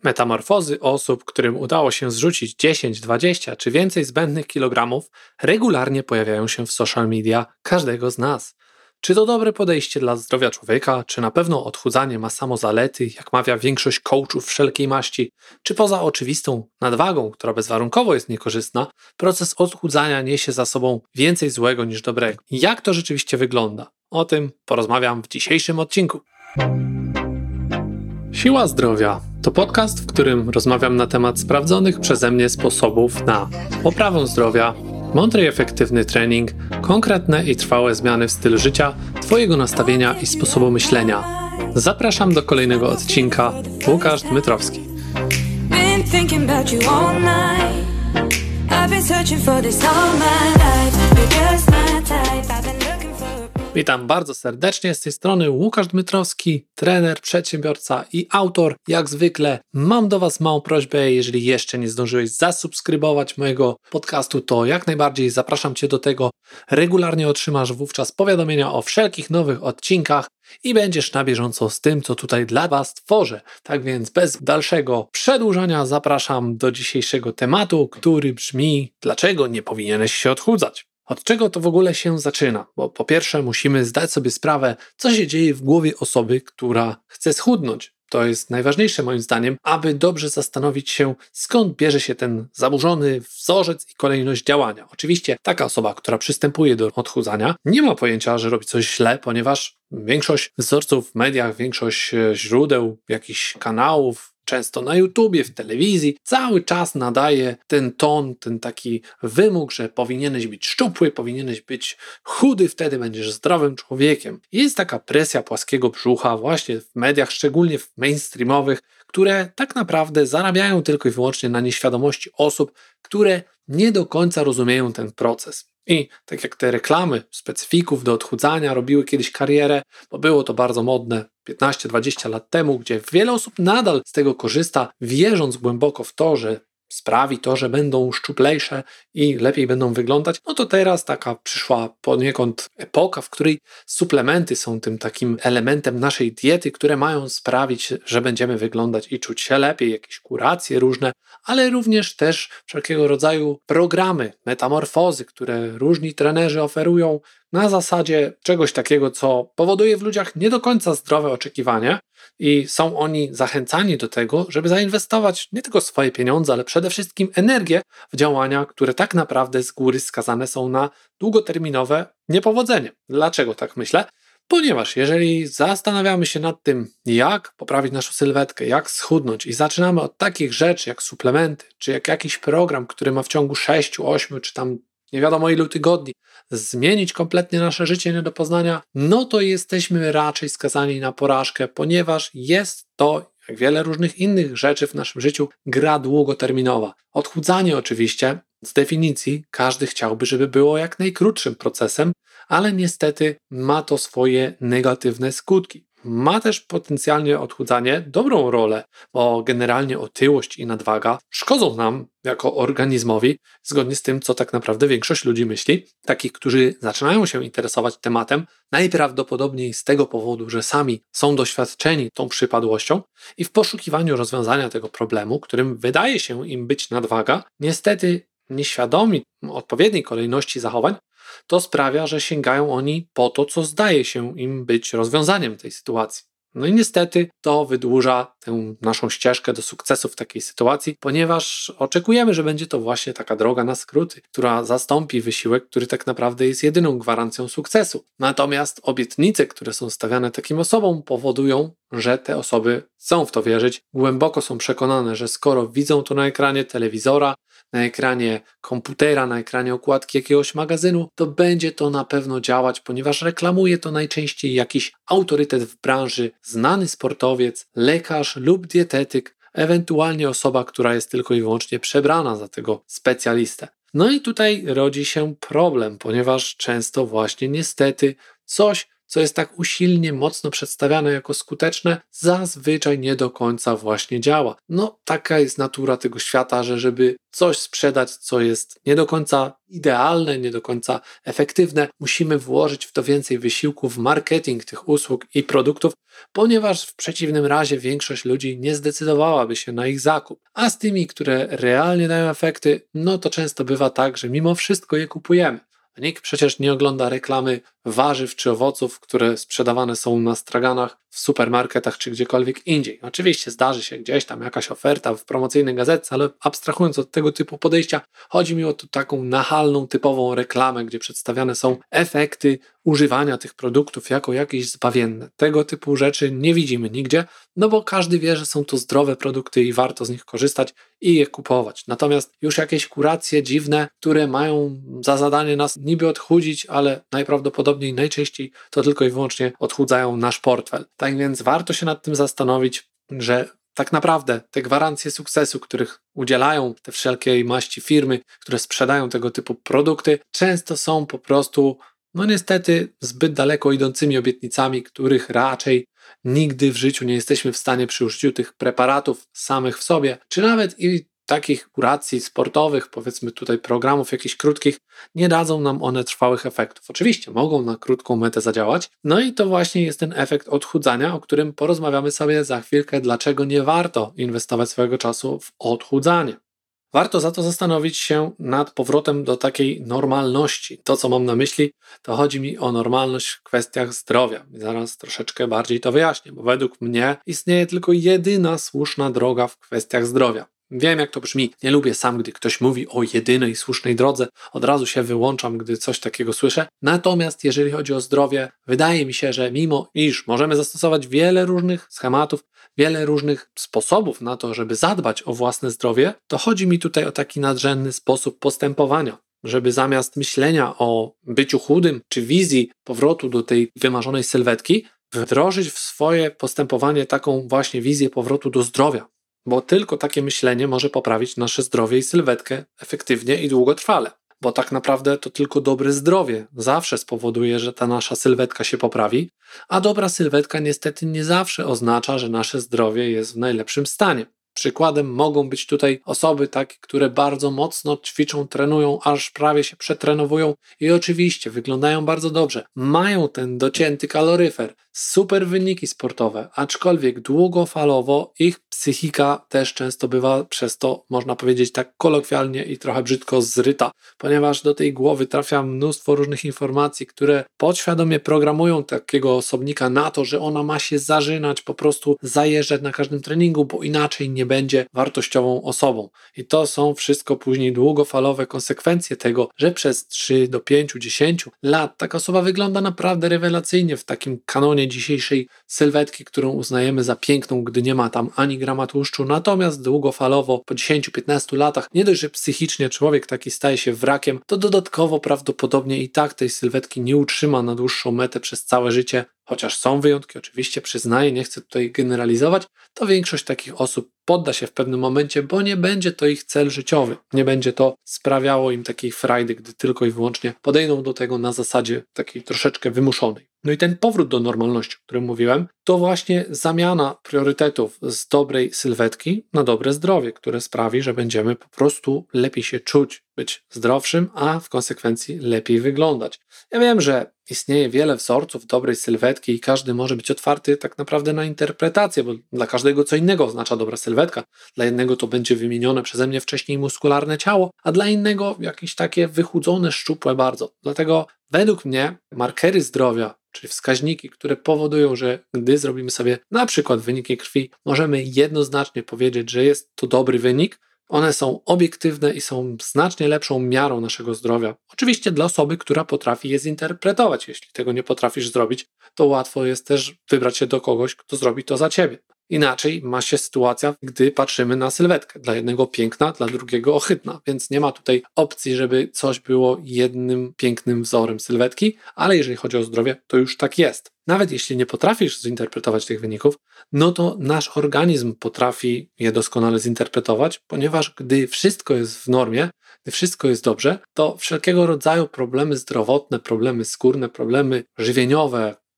Metamorfozy osób, którym udało się zrzucić 10, 20 czy więcej zbędnych kilogramów, regularnie pojawiają się w social media każdego z nas. Czy to dobre podejście dla zdrowia człowieka, czy na pewno odchudzanie ma samo zalety, jak mawia większość coachów wszelkiej maści, czy poza oczywistą nadwagą, która bezwarunkowo jest niekorzystna, proces odchudzania niesie za sobą więcej złego niż dobrego. Jak to rzeczywiście wygląda? O tym porozmawiam w dzisiejszym odcinku. Siła Zdrowia to podcast, w którym rozmawiam na temat sprawdzonych przeze mnie sposobów na poprawę zdrowia, mądry i efektywny trening, konkretne i trwałe zmiany w stylu życia, Twojego nastawienia i sposobu myślenia. Zapraszam do kolejnego odcinka. Łukasz Dmytrowski. Witam bardzo serdecznie, z tej strony Łukasz Dmytrowski, trener, przedsiębiorca i autor. Jak zwykle mam do Was małą prośbę, jeżeli jeszcze nie zdążyłeś zasubskrybować mojego podcastu, to jak najbardziej zapraszam Cię do tego. Regularnie otrzymasz wówczas powiadomienia o wszelkich nowych odcinkach i będziesz na bieżąco z tym, co tutaj dla Was tworzę. Tak więc bez dalszego przedłużania zapraszam do dzisiejszego tematu, który brzmi: dlaczego nie powinieneś się odchudzać? Od czego to w ogóle się zaczyna? Bo po pierwsze musimy zdać sobie sprawę, co się dzieje w głowie osoby, która chce schudnąć. To jest najważniejsze moim zdaniem, aby dobrze zastanowić się, skąd bierze się ten zaburzony wzorzec i kolejność działania. Oczywiście taka osoba, która przystępuje do odchudzania, nie ma pojęcia, że robi coś źle, ponieważ większość wzorców w mediach, większość źródeł, jakichś kanałów, często na YouTubie, w telewizji, cały czas nadaje ten ton, ten taki wymóg, że powinieneś być szczupły, powinieneś być chudy, wtedy będziesz zdrowym człowiekiem. Jest taka presja płaskiego brzucha właśnie w mediach, szczególnie w mainstreamowych, które tak naprawdę zarabiają tylko i wyłącznie na nieświadomości osób, które nie do końca rozumieją ten proces. I tak jak te reklamy specyfików do odchudzania robiły kiedyś karierę, bo było to bardzo modne 15-20 lat temu, gdzie wiele osób nadal z tego korzysta, wierząc głęboko w to, że sprawi to, że będą szczuplejsze i lepiej będą wyglądać, no to teraz taka przyszła poniekąd epoka, w której suplementy są tym takim elementem naszej diety, które mają sprawić, że będziemy wyglądać i czuć się lepiej, jakieś kuracje różne, ale również też wszelkiego rodzaju programy, metamorfozy, które różni trenerzy oferują na zasadzie czegoś takiego, co powoduje w ludziach nie do końca zdrowe oczekiwania i są oni zachęcani do tego, żeby zainwestować nie tylko swoje pieniądze, ale przede wszystkim energię w działania, które tak naprawdę z góry skazane są na długoterminowe niepowodzenie. Dlaczego tak myślę? Ponieważ jeżeli zastanawiamy się nad tym, jak poprawić naszą sylwetkę, jak schudnąć i zaczynamy od takich rzeczy jak suplementy, czy jak jakiś program, który ma w ciągu 6, 8 czy tam nie wiadomo ilu tygodni zmienić kompletnie nasze życie nie do poznania, no to jesteśmy raczej skazani na porażkę, ponieważ jest to, jak wiele różnych innych rzeczy w naszym życiu, gra długoterminowa. Odchudzanie oczywiście, z definicji każdy chciałby, żeby było jak najkrótszym procesem, ale niestety ma to swoje negatywne skutki. Ma też potencjalnie odchudzanie dobrą rolę, bo generalnie otyłość i nadwaga szkodzą nam jako organizmowi, zgodnie z tym, co tak naprawdę większość ludzi myśli. Takich, którzy zaczynają się interesować tematem, najprawdopodobniej z tego powodu, że sami są doświadczeni tą przypadłością i w poszukiwaniu rozwiązania tego problemu, którym wydaje się im być nadwaga, niestety nieświadomi odpowiedniej kolejności zachowań, to sprawia, że sięgają oni po to, co zdaje się im być rozwiązaniem tej sytuacji. No i niestety to wydłuża tę naszą ścieżkę do sukcesu w takiej sytuacji, ponieważ oczekujemy, że będzie to właśnie taka droga na skróty, która zastąpi wysiłek, który tak naprawdę jest jedyną gwarancją sukcesu. Natomiast obietnice, które są stawiane takim osobom, powodują, że te osoby chcą w to wierzyć, głęboko są przekonane, że skoro widzą to na ekranie telewizora, na ekranie komputera, na ekranie okładki jakiegoś magazynu, to będzie to na pewno działać, ponieważ reklamuje to najczęściej jakiś autorytet w branży, znany sportowiec, lekarz lub dietetyk, ewentualnie osoba, która jest tylko i wyłącznie przebrana za tego specjalistę. No i tutaj rodzi się problem, ponieważ często właśnie niestety coś, co jest tak usilnie, mocno przedstawiane jako skuteczne, zazwyczaj nie do końca właśnie działa. No, taka jest natura tego świata, że żeby coś sprzedać, co jest nie do końca idealne, nie do końca efektywne, musimy włożyć w to więcej wysiłku w marketing tych usług i produktów, ponieważ w przeciwnym razie większość ludzi nie zdecydowałaby się na ich zakup. A z tymi, które realnie dają efekty, no to często bywa tak, że mimo wszystko je kupujemy. Nikt przecież nie ogląda reklamy warzyw czy owoców, które sprzedawane są na straganach w supermarketach czy gdziekolwiek indziej. Oczywiście zdarzy się gdzieś tam jakaś oferta w promocyjnej gazetce, ale abstrahując od tego typu podejścia, chodzi mi o taką nachalną, typową reklamę, gdzie przedstawiane są efekty używania tych produktów jako jakieś zbawienne. Tego typu rzeczy nie widzimy nigdzie, no bo każdy wie, że są to zdrowe produkty i warto z nich korzystać i je kupować. Natomiast już jakieś kuracje dziwne, które mają za zadanie nas niby odchudzić, ale najprawdopodobniej najczęściej to tylko i wyłącznie odchudzają nasz portfel. Tak więc warto się nad tym zastanowić, że tak naprawdę te gwarancje sukcesu, których udzielają te wszelkiej maści firmy, które sprzedają tego typu produkty, często są po prostu, no niestety, zbyt daleko idącymi obietnicami, których raczej nigdy w życiu nie jesteśmy w stanie przy użyciu tych preparatów samych w sobie, czy nawet i takich kuracji sportowych, powiedzmy tutaj programów jakichś krótkich, nie dadzą nam one trwałych efektów. Oczywiście mogą na krótką metę zadziałać, no i to właśnie jest ten efekt odchudzania, o którym porozmawiamy sobie za chwilkę, dlaczego nie warto inwestować swojego czasu w odchudzanie. Warto za to zastanowić się nad powrotem do takiej normalności. To, co mam na myśli, to chodzi mi o normalność w kwestiach zdrowia. I zaraz troszeczkę bardziej to wyjaśnię, bo według mnie istnieje tylko jedyna słuszna droga w kwestiach zdrowia. Wiem, jak to brzmi. Nie lubię sam, gdy ktoś mówi o jedynej słusznej drodze. Od razu się wyłączam, gdy coś takiego słyszę. Natomiast jeżeli chodzi o zdrowie, wydaje mi się, że mimo iż możemy zastosować wiele różnych schematów, wiele różnych sposobów na to, żeby zadbać o własne zdrowie, to chodzi mi tutaj o taki nadrzędny sposób postępowania. Żeby zamiast myślenia o byciu chudym czy wizji powrotu do tej wymarzonej sylwetki, wdrożyć w swoje postępowanie taką właśnie wizję powrotu do zdrowia. Bo tylko takie myślenie może poprawić nasze zdrowie i sylwetkę efektywnie i długotrwale. Bo tak naprawdę to tylko dobre zdrowie zawsze spowoduje, że ta nasza sylwetka się poprawi, a dobra sylwetka niestety nie zawsze oznacza, że nasze zdrowie jest w najlepszym stanie. Przykładem mogą być tutaj osoby takie, które bardzo mocno ćwiczą, trenują, aż prawie się przetrenowują i oczywiście wyglądają bardzo dobrze. Mają ten docięty kaloryfer, super wyniki sportowe, aczkolwiek długofalowo ich psychika też często bywa przez to, można powiedzieć tak kolokwialnie i trochę brzydko, zryta, ponieważ do tej głowy trafia mnóstwo różnych informacji, które podświadomie programują takiego osobnika na to, że ona ma się zażynać, po prostu zajeżdżać na każdym treningu, bo inaczej nie będzie wartościową osobą. I to są wszystko później długofalowe konsekwencje tego, że przez 3 do 5, 10 lat taka osoba wygląda naprawdę rewelacyjnie w takim kanonie dzisiejszej sylwetki, którą uznajemy za piękną, gdy nie ma tam ani grama tłuszczu. Natomiast długofalowo po 10-15 latach nie dość, że psychicznie człowiek taki staje się wrakiem, to dodatkowo prawdopodobnie i tak tej sylwetki nie utrzyma na dłuższą metę przez całe życie. Chociaż są wyjątki, oczywiście przyznaję, nie chcę tutaj generalizować, to większość takich osób podda się w pewnym momencie, bo nie będzie to ich cel życiowy. Nie będzie to sprawiało im takiej frajdy, gdy tylko i wyłącznie podejdą do tego na zasadzie takiej troszeczkę wymuszonej. No i ten powrót do normalności, o którym mówiłem, to właśnie zamiana priorytetów z dobrej sylwetki na dobre zdrowie, które sprawi, że będziemy po prostu lepiej się czuć, być zdrowszym, a w konsekwencji lepiej wyglądać. Ja wiem, że istnieje wiele wzorców dobrej sylwetki i każdy może być otwarty tak naprawdę na interpretację, bo dla każdego co innego oznacza dobra sylwetka. Dla jednego to będzie wymienione przeze mnie wcześniej muskularne ciało, a dla innego jakieś takie wychudzone, szczupłe bardzo. Dlatego według mnie markery zdrowia, czyli wskaźniki, które powodują, że gdy zrobimy sobie na przykład wyniki krwi, możemy jednoznacznie powiedzieć, że jest to dobry wynik. One są obiektywne i są znacznie lepszą miarą naszego zdrowia. Oczywiście dla osoby, która potrafi je zinterpretować. Jeśli tego nie potrafisz zrobić, to łatwo jest też wybrać się do kogoś, kto zrobi to za ciebie. Inaczej ma się sytuacja, gdy patrzymy na sylwetkę. Dla jednego piękna, dla drugiego ohydna, więc nie ma tutaj opcji, żeby coś było jednym pięknym wzorem sylwetki, ale jeżeli chodzi o zdrowie, to już tak jest. Nawet jeśli nie potrafisz zinterpretować tych wyników, no to nasz organizm potrafi je doskonale zinterpretować, ponieważ gdy wszystko jest w normie, gdy wszystko jest dobrze, to wszelkiego rodzaju problemy zdrowotne, problemy skórne, problemy żywieniowe,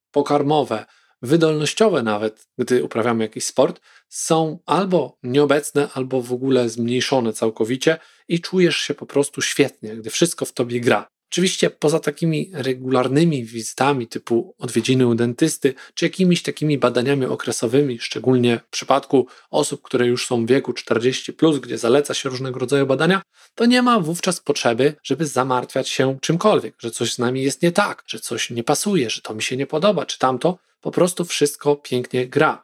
pokarmowe, wydolnościowe nawet, gdy uprawiamy jakiś sport, są albo nieobecne, albo w ogóle zmniejszone całkowicie i czujesz się po prostu świetnie, gdy wszystko w tobie gra. Oczywiście poza takimi regularnymi wizytami typu odwiedziny u dentysty, czy jakimiś takimi badaniami okresowymi, szczególnie w przypadku osób, które już są w wieku 40+, gdzie zaleca się różnego rodzaju badania, to nie ma wówczas potrzeby, żeby zamartwiać się czymkolwiek, że coś z nami jest nie tak, że coś nie pasuje, że to mi się nie podoba, czy tamto. Po prostu wszystko pięknie gra.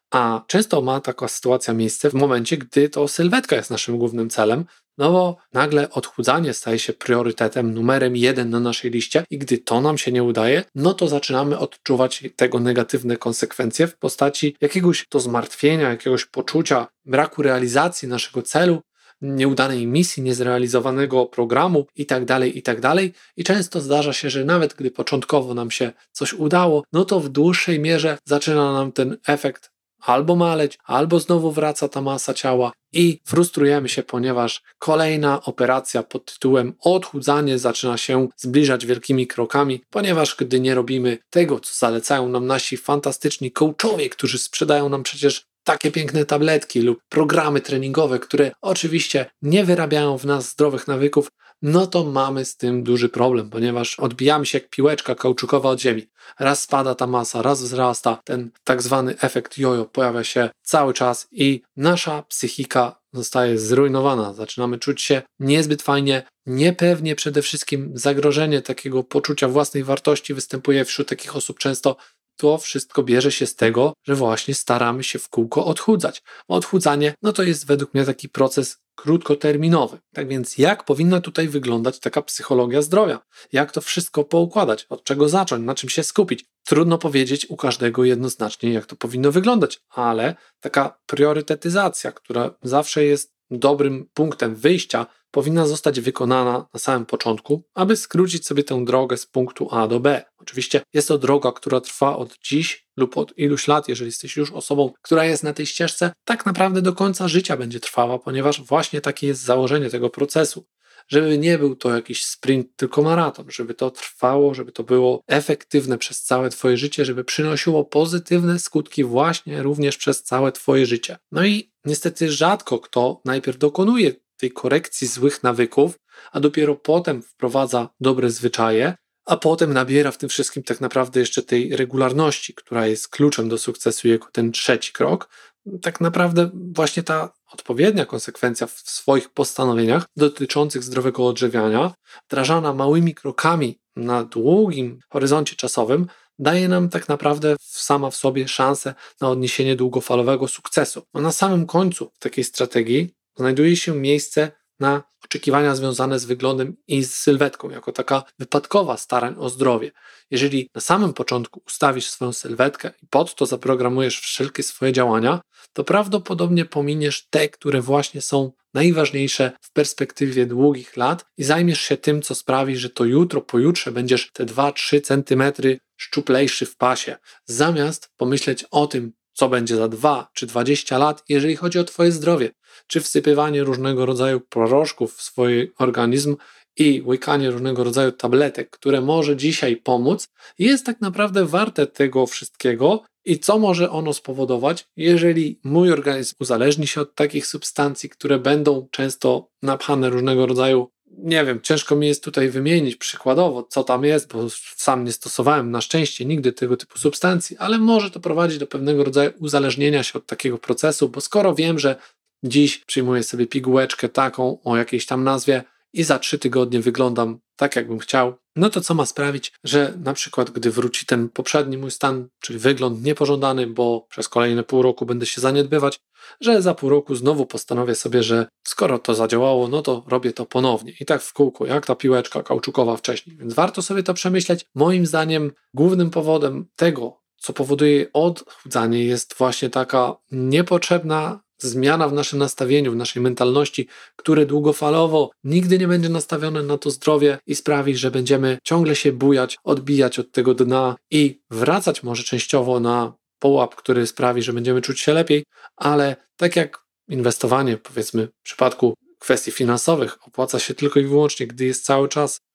A często ma taka sytuacja miejsce w momencie, gdy to sylwetka jest naszym głównym celem, no bo nagle odchudzanie staje się priorytetem numerem 1 na naszej liście i gdy to nam się nie udaje, no to zaczynamy odczuwać tego negatywne konsekwencje w postaci jakiegoś to zmartwienia, jakiegoś poczucia braku realizacji naszego celu, nieudanej misji, niezrealizowanego programu itd., itd. I często zdarza się, że nawet gdy początkowo nam się coś udało, no to w dłuższej mierze zaczyna nam ten efekt albo maleć, albo znowu wraca ta masa ciała i frustrujemy się, ponieważ kolejna operacja pod tytułem odchudzanie zaczyna się zbliżać wielkimi krokami, ponieważ gdy nie robimy tego, co zalecają nam nasi fantastyczni coachowie, którzy sprzedają nam przecież takie piękne tabletki lub programy treningowe, które oczywiście nie wyrabiają w nas zdrowych nawyków, no to mamy z tym duży problem, ponieważ odbijamy się jak piłeczka kauczukowa od ziemi. Raz spada ta masa, raz wzrasta, ten tak zwany efekt jojo pojawia się cały czas i nasza psychika zostaje zrujnowana. Zaczynamy czuć się niezbyt fajnie, niepewnie, przede wszystkim zagrożenie takiego poczucia własnej wartości występuje wśród takich osób często. To wszystko bierze się z tego, że właśnie staramy się w kółko odchudzać. Odchudzanie, no to jest według mnie taki proces krótkoterminowy. Tak więc jak powinna tutaj wyglądać taka psychologia zdrowia? Jak to wszystko poukładać? Od czego zacząć? Na czym się skupić? Trudno powiedzieć u każdego jednoznacznie, jak to powinno wyglądać, ale taka priorytetyzacja, która zawsze jest dobrym punktem wyjścia, powinna zostać wykonana na samym początku, aby skrócić sobie tę drogę z punktu A do B. Oczywiście jest to droga, która trwa od dziś lub od iluś lat, jeżeli jesteś już osobą, która jest na tej ścieżce, tak naprawdę do końca życia będzie trwała, ponieważ właśnie takie jest założenie tego procesu. Żeby nie był to jakiś sprint, tylko maraton, żeby to trwało, żeby to było efektywne przez całe Twoje życie, żeby przynosiło pozytywne skutki właśnie również przez całe Twoje życie. No i niestety rzadko kto najpierw dokonuje tej korekcji złych nawyków, a dopiero potem wprowadza dobre zwyczaje, a potem nabiera w tym wszystkim tak naprawdę jeszcze tej regularności, która jest kluczem do sukcesu jako ten trzeci krok. Tak naprawdę właśnie ta odpowiednia konsekwencja w swoich postanowieniach dotyczących zdrowego odżywiania, wdrażana małymi krokami na długim horyzoncie czasowym, daje nam tak naprawdę sama w sobie szansę na odniesienie długofalowego sukcesu. A na samym końcu takiej strategii znajduje się miejsce na oczekiwania związane z wyglądem i z sylwetką, jako taka wypadkowa starań o zdrowie. Jeżeli na samym początku ustawisz swoją sylwetkę i pod to zaprogramujesz wszelkie swoje działania, to prawdopodobnie pominiesz te, które właśnie są najważniejsze w perspektywie długich lat i zajmiesz się tym, co sprawi, że to jutro, pojutrze będziesz te 2-3 cm szczuplejszy w pasie, zamiast pomyśleć o tym, co będzie za 2 czy 20 lat, jeżeli chodzi o Twoje zdrowie, czy wsypywanie różnego rodzaju proszków w swój organizm i łykanie różnego rodzaju tabletek, które może dzisiaj pomóc, jest tak naprawdę warte tego wszystkiego i co może ono spowodować, jeżeli mój organizm uzależni się od takich substancji, które będą często napchane różnego rodzaju, nie wiem, ciężko mi jest tutaj wymienić przykładowo, co tam jest, bo sam nie stosowałem na szczęście nigdy tego typu substancji, ale może to prowadzić do pewnego rodzaju uzależnienia się od takiego procesu, bo skoro wiem, że dziś przyjmuję sobie pigułeczkę taką o jakiejś tam nazwie i za 3 tygodnie wyglądam tak, jakbym chciał, no to co ma sprawić, że na przykład gdy wróci ten poprzedni mój stan, czyli wygląd niepożądany, bo przez kolejne pół roku będę się zaniedbywać, że za pół roku znowu postanowię sobie, że skoro to zadziałało, no to robię to ponownie. I tak w kółko, jak ta piłeczka kauczukowa wcześniej. Więc warto sobie to przemyśleć. Moim zdaniem głównym powodem tego, co powoduje odchudzanie, jest właśnie taka niepotrzebna zmiana w naszym nastawieniu, w naszej mentalności, które długofalowo nigdy nie będzie nastawione na to zdrowie i sprawi, że będziemy ciągle się bujać, odbijać od tego dna i wracać może częściowo na pułap, który sprawi, że będziemy czuć się lepiej, ale tak jak inwestowanie, powiedzmy w przypadku kwestii finansowych, opłaca się tylko i wyłącznie, gdy jest cały czas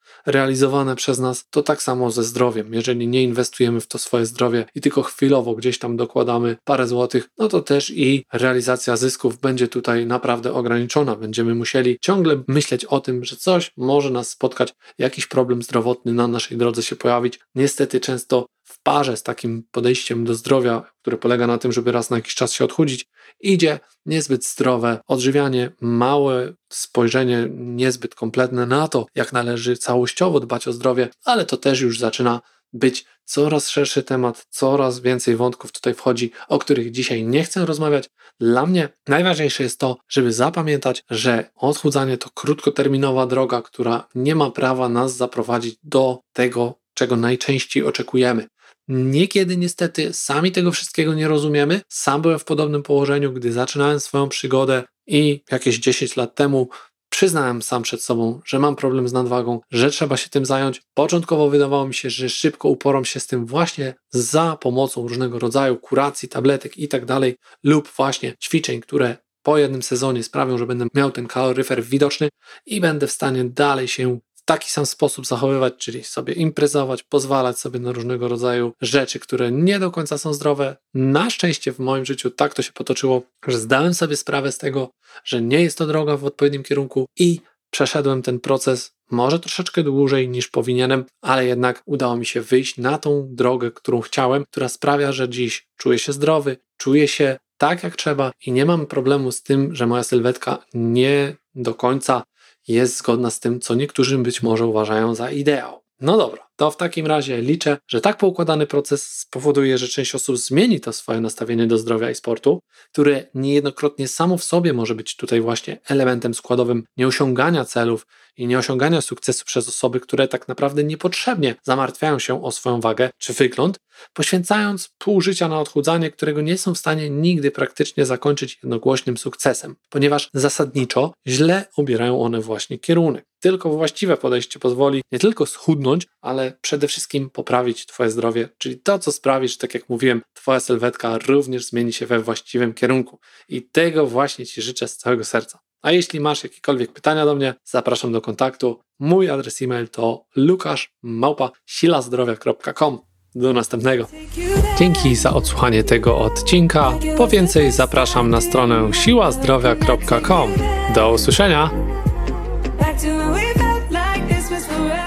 realizowane przez nas, to tak samo ze zdrowiem. Jeżeli nie inwestujemy w to swoje zdrowie i tylko chwilowo gdzieś tam dokładamy parę złotych, no to też i realizacja zysków będzie tutaj naprawdę ograniczona. Będziemy musieli ciągle myśleć o tym, że coś może nas spotkać, jakiś problem zdrowotny na naszej drodze się pojawić. Niestety często w parze z takim podejściem do zdrowia, które polega na tym, żeby raz na jakiś czas się odchudzić, idzie niezbyt zdrowe odżywianie, małe spojrzenie niezbyt kompletne na to, jak należy całościowo dbać o zdrowie, ale to też już zaczyna być coraz szerszy temat, coraz więcej wątków tutaj wchodzi, o których dzisiaj nie chcę rozmawiać. Dla mnie najważniejsze jest to, żeby zapamiętać, że odchudzanie to krótkoterminowa droga, która nie ma prawa nas zaprowadzić do tego, czego najczęściej oczekujemy. Niekiedy niestety sami tego wszystkiego nie rozumiemy. Sam byłem w podobnym położeniu, gdy zaczynałem swoją przygodę i jakieś 10 lat temu przyznałem sam przed sobą, że mam problem z nadwagą, że trzeba się tym zająć. Początkowo wydawało mi się, że szybko uporam się z tym właśnie za pomocą różnego rodzaju kuracji, tabletek i tak dalej lub właśnie ćwiczeń, które po jednym sezonie sprawią, że będę miał ten kaloryfer widoczny i będę w stanie dalej się w taki sam sposób zachowywać, czyli sobie imprezować, pozwalać sobie na różnego rodzaju rzeczy, które nie do końca są zdrowe. Na szczęście w moim życiu tak to się potoczyło, że zdałem sobie sprawę z tego, że nie jest to droga w odpowiednim kierunku i przeszedłem ten proces może troszeczkę dłużej niż powinienem, ale jednak udało mi się wyjść na tą drogę, którą chciałem, która sprawia, że dziś czuję się zdrowy, czuję się tak jak trzeba i nie mam problemu z tym, że moja sylwetka nie do końca jest zgodna z tym, co niektórzy być może uważają za ideał. No dobra, to w takim razie liczę, że tak poukładany proces spowoduje, że część osób zmieni to swoje nastawienie do zdrowia i sportu, które niejednokrotnie samo w sobie może być tutaj właśnie elementem składowym nieosiągania celów i nieosiągania sukcesu przez osoby, które tak naprawdę niepotrzebnie zamartwiają się o swoją wagę czy wygląd, poświęcając pół życia na odchudzanie, którego nie są w stanie nigdy praktycznie zakończyć jednogłośnym sukcesem, ponieważ zasadniczo źle obierają one właśnie kierunek. Tylko właściwe podejście pozwoli nie tylko schudnąć, ale przede wszystkim poprawić Twoje zdrowie, czyli to, co sprawi, że tak jak mówiłem, Twoja sylwetka również zmieni się we właściwym kierunku. I tego właśnie Ci życzę z całego serca. A jeśli masz jakiekolwiek pytania do mnie, zapraszam do kontaktu. Mój adres e-mail to lukasz@silazdrowia.com. Do następnego. Dzięki za odsłuchanie tego odcinka. Po więcej zapraszam na stronę siłazdrowia.com. Do usłyszenia! Back to when we felt like this was forever.